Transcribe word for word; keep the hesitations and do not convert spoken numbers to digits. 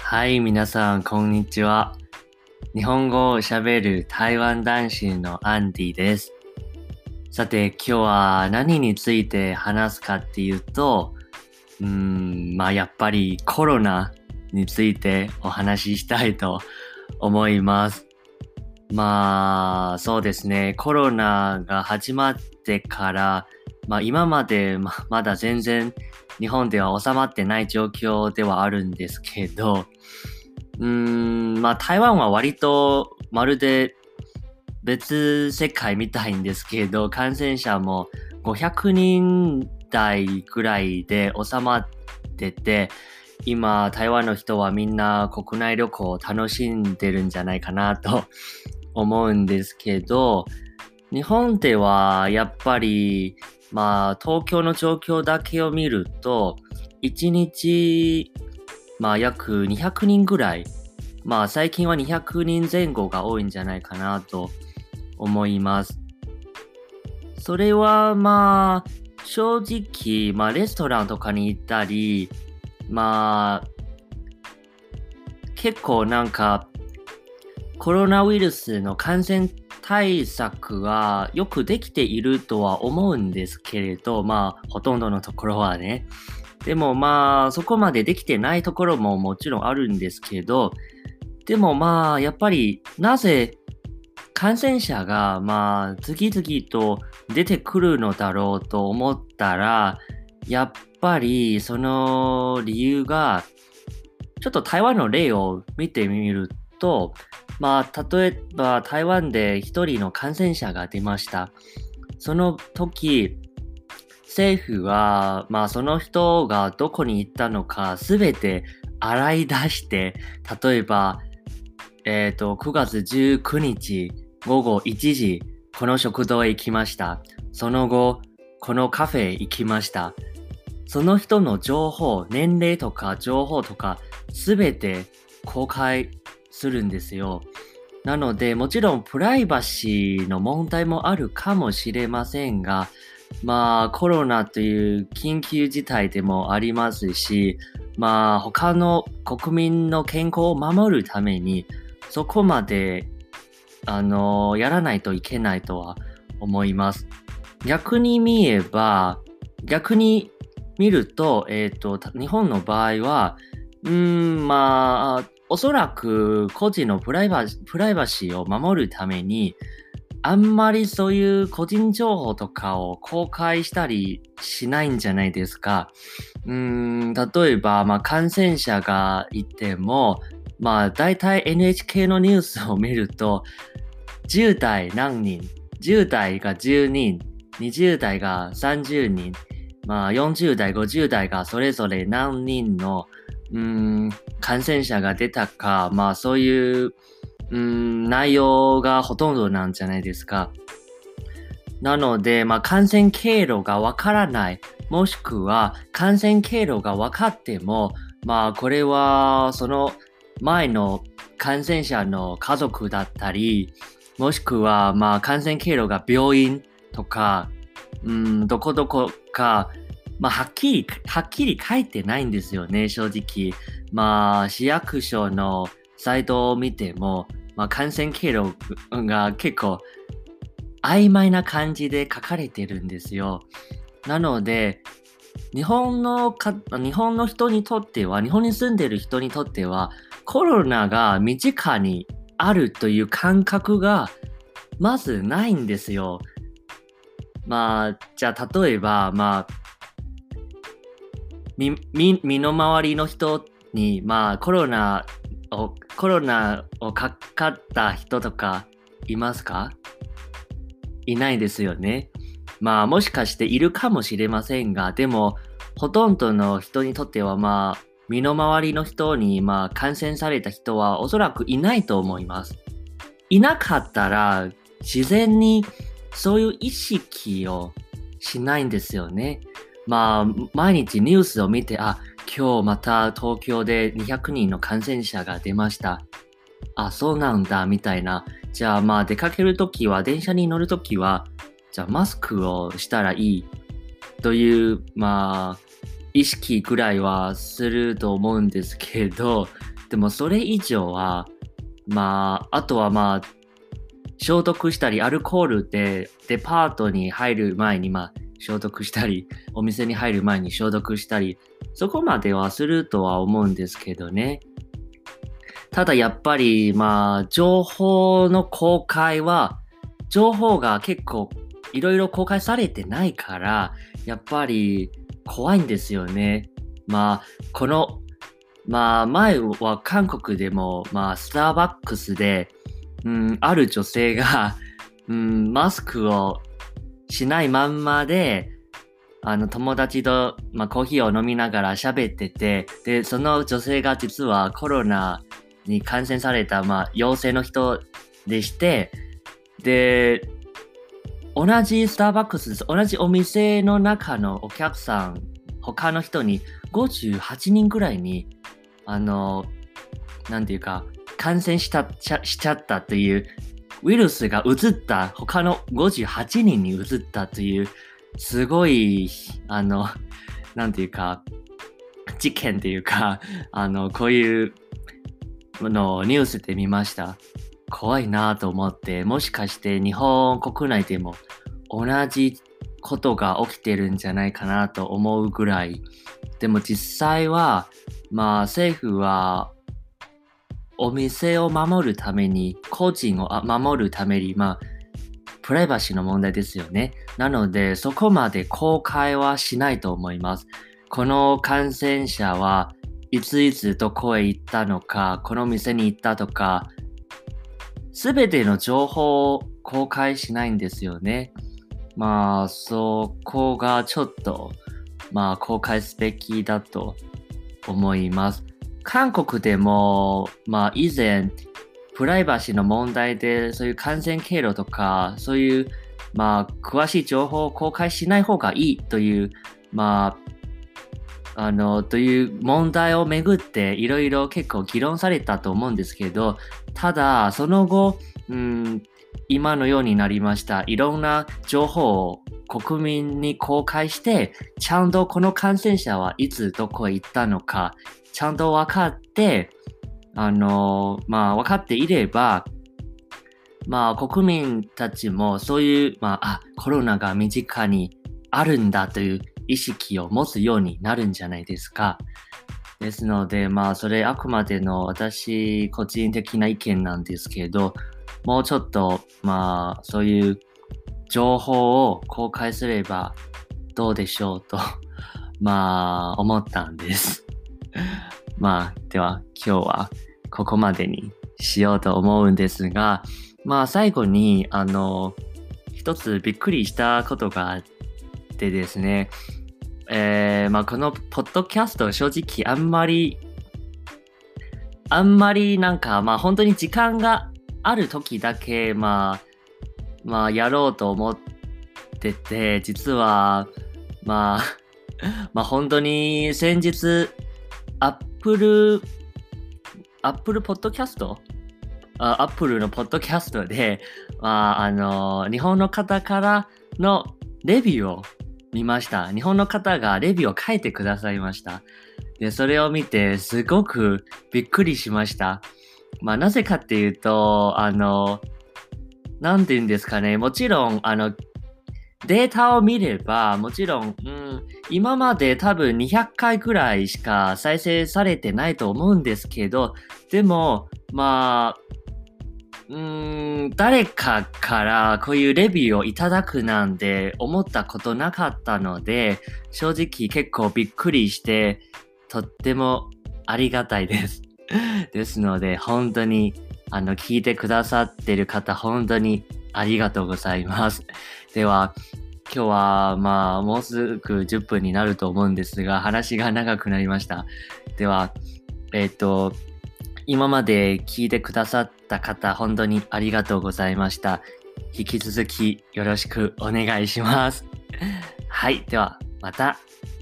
はい、皆さん、こんにちは。日本語を喋る台湾男子のアンディです。さて、今日は何について話すかっていうと、うーん、まあやっぱりコロナについてお話ししたいと思います。まあ、そうですね。コロナが始まってから、まあ今までままだ全然日本では収まってない状況ではあるんですけど、うーん、まあ台湾は割とまるで別世界みたいんですけど、感染者もごひゃくにん台ぐらいで収まってて、今台湾の人はみんな国内旅行を楽しんでるんじゃないかなと思うんですけど、日本ではやっぱり、まあ東京の状況だけを見ると、いちにち、まあ約にひゃくにんぐらい、まあ最近はにひゃくにんぜん後が多いんじゃないかなと思います。それはまあ正直、まあレストランとかに行ったり、まあ結構なんかコロナウイルスの感染対策はよくできているとは思うんですけれど、まあほとんどのところはね。でもまあそこまでできてないところももちろんあるんですけど、でもまあやっぱりなぜ感染者がまあ次々と出てくるのだろうと思ったら、やっぱりその理由がちょっと台湾の例を見てみると、まあ例えば台湾で一人の感染者が出ました。その時、政府はまあその人がどこに行ったのかすべて洗い出して、例えばえっと、くがつじゅうくにち午後いちじ、この食堂へ行きました。その後、このカフェへ行きました。その人の情報、年齢とか情報とか、すべて公開するんですよ。なので、もちろんプライバシーの問題もあるかもしれませんが、まあ、コロナという緊急事態でもありますし、まあ、他の国民の健康を守るために、そこまで、あの、やらないといけないとは思います。逆に見えば、逆に見ると、えっと、日本の場合は、うーん、まあ、おそらく個人のプライバ、プライバシーを守るために、あんまりそういう個人情報とかを公開したりしないんじゃないですか。うーん、例えば、まあ、感染者がいても、まあ、だいたい エヌエイチケー のニュースを見ると、じゅう代何人、じゅう代がじゅうにん、にじゅう代がさんじゅうにん、まあ、よんじゅう代、ごじゅう代がそれぞれ何人の、うーん、感染者が出たか、まあ、そういう、うーん、内容がほとんどなんじゃないですか。なので、まあ、感染経路がわからない、もしくは感染経路が分かっても、まあ、これは、その前の感染者の家族だったり、もしくは、まあ、感染経路が病院とか、うん、どこどこか、まあ、はっきり、はっきり書いてないんですよね、正直。まあ、市役所のサイトを見ても、まあ、感染経路が結構曖昧な感じで書かれてるんですよ。なので、日本のか、日本の人にとっては、日本に住んでる人にとっては、コロナが身近にあるという感覚がまずないんですよ。まあ、じゃあ例えば、まあ、み、み、身の回りの人に、まあ、コロナを、コロナをかかった人とかいますか？いないですよね。まあ、もしかしているかもしれませんが、でも、ほとんどの人にとっては、まあ、身の回りの人に、まあ、感染された人はおそらくいないと思います。いなかったら、自然にそういう意識をしないんですよね。まあ、毎日ニュースを見て、あ、今日また東京でにひゃくにんの感染者が出ました。あ、そうなんだ、みたいな。じゃあまあ出かけるときは、電車に乗るときは、じゃあマスクをしたらいいという、まあ、意識ぐらいはすると思うんですけど、 でもそれ以上は、まあ、あとはまあ、消毒したり、アルコールでデパートに入る前に、まあ、消毒したり、お店に入る前に消毒したり、そこまではするとは思うんですけどね。ただやっぱり、まあ、情報の公開は、情報が結構いろいろ公開されてないから、やっぱり怖いんですよね。まあ、この、まあ、前は韓国でも、まあ、スターバックスで、うん、ある女性が、うん、マスクをしないまんまで、あの、友達と、まあ、コーヒーを飲みながら喋ってて、で、その女性が実はコロナに感染された、まあ、陽性の人でして、で、同じスターバックスです。同じお店の中のお客さん、他の人にごじゅうはちにんくらいに、あの、なんていうか、感染したちゃしちゃったという、ウイルスが移った、他のごじゅうはちにんに移ったという、すごい、あの、なんていうか、事件というか、あの、こういうのをニュースで見ました。怖いなと思って、もしかして日本国内でも同じことが起きてるんじゃないかなと思うぐらい。でも実際は、まあ政府はお店を守るために、個人を守るために、まあ、プライバシーの問題ですよね。なので、そこまで公開はしないと思います。この感染者はいついつどこへ行ったのか、この店に行ったとか、すべての情報を公開しないんですよね。まあ、そこがちょっと、まあ、公開すべきだと思います。韓国でも、まあ、以前、プライバシーの問題で、そういう感染経路とか、そういう、まあ、詳しい情報を公開しない方がいいという、まあ、あの、という問題をめぐって、いろいろ結構議論されたと思うんですけど、ただ、その後、うん、今のようになりました。いろんな情報を国民に公開して、ちゃんとこの感染者はいつどこへ行ったのか、ちゃんと分かって、あの、まあ、分かっていれば、まあ、国民たちもそういう、まあ、あ、コロナが身近にあるんだという意識を持つようになるんじゃないですか。ですので、まあ、それあくまでの私個人的な意見なんですけど、もうちょっと、まあ、そういう情報を公開すればどうでしょうと、まあ、思ったんです。まあ、では今日はここまでにしようと思うんですが、まあ最後に、あの、一つびっくりしたことがあってですね、えー、まあこのポッドキャスト正直あんまり、あんまりなんか、まあ本当に時間がある時だけ、まあ、まあやろうと思ってて、実は、まあ、まあ本当に先日、アップル、アップルポッドキャストアップルのポッドキャストで、まあ、あの、日本の方からのレビューを見ました。日本の方がレビューを書いてくださいました。で、それを見てすごくびっくりしました。まあ、なぜかっていうと、あの、なんて言うんですかね、もちろん、あの、データを見れば、もちろん、うん、今まで多分にひゃっかいくらいしか再生されてないと思うんですけど、でも、まあ、うーん、誰かからこういうレビューをいただくなんて思ったことなかったので、正直結構びっくりして、とってもありがたいです。ですので、本当に、あの、聞いてくださってる方、本当にありがとうございます。では、今日は、まあ、もうすぐじゅっぷんになると思うんですが、話が長くなりました。では、えっと、今まで聞いてくださった方、本当にありがとうございました。引き続きよろしくお願いします。はい、ではまた。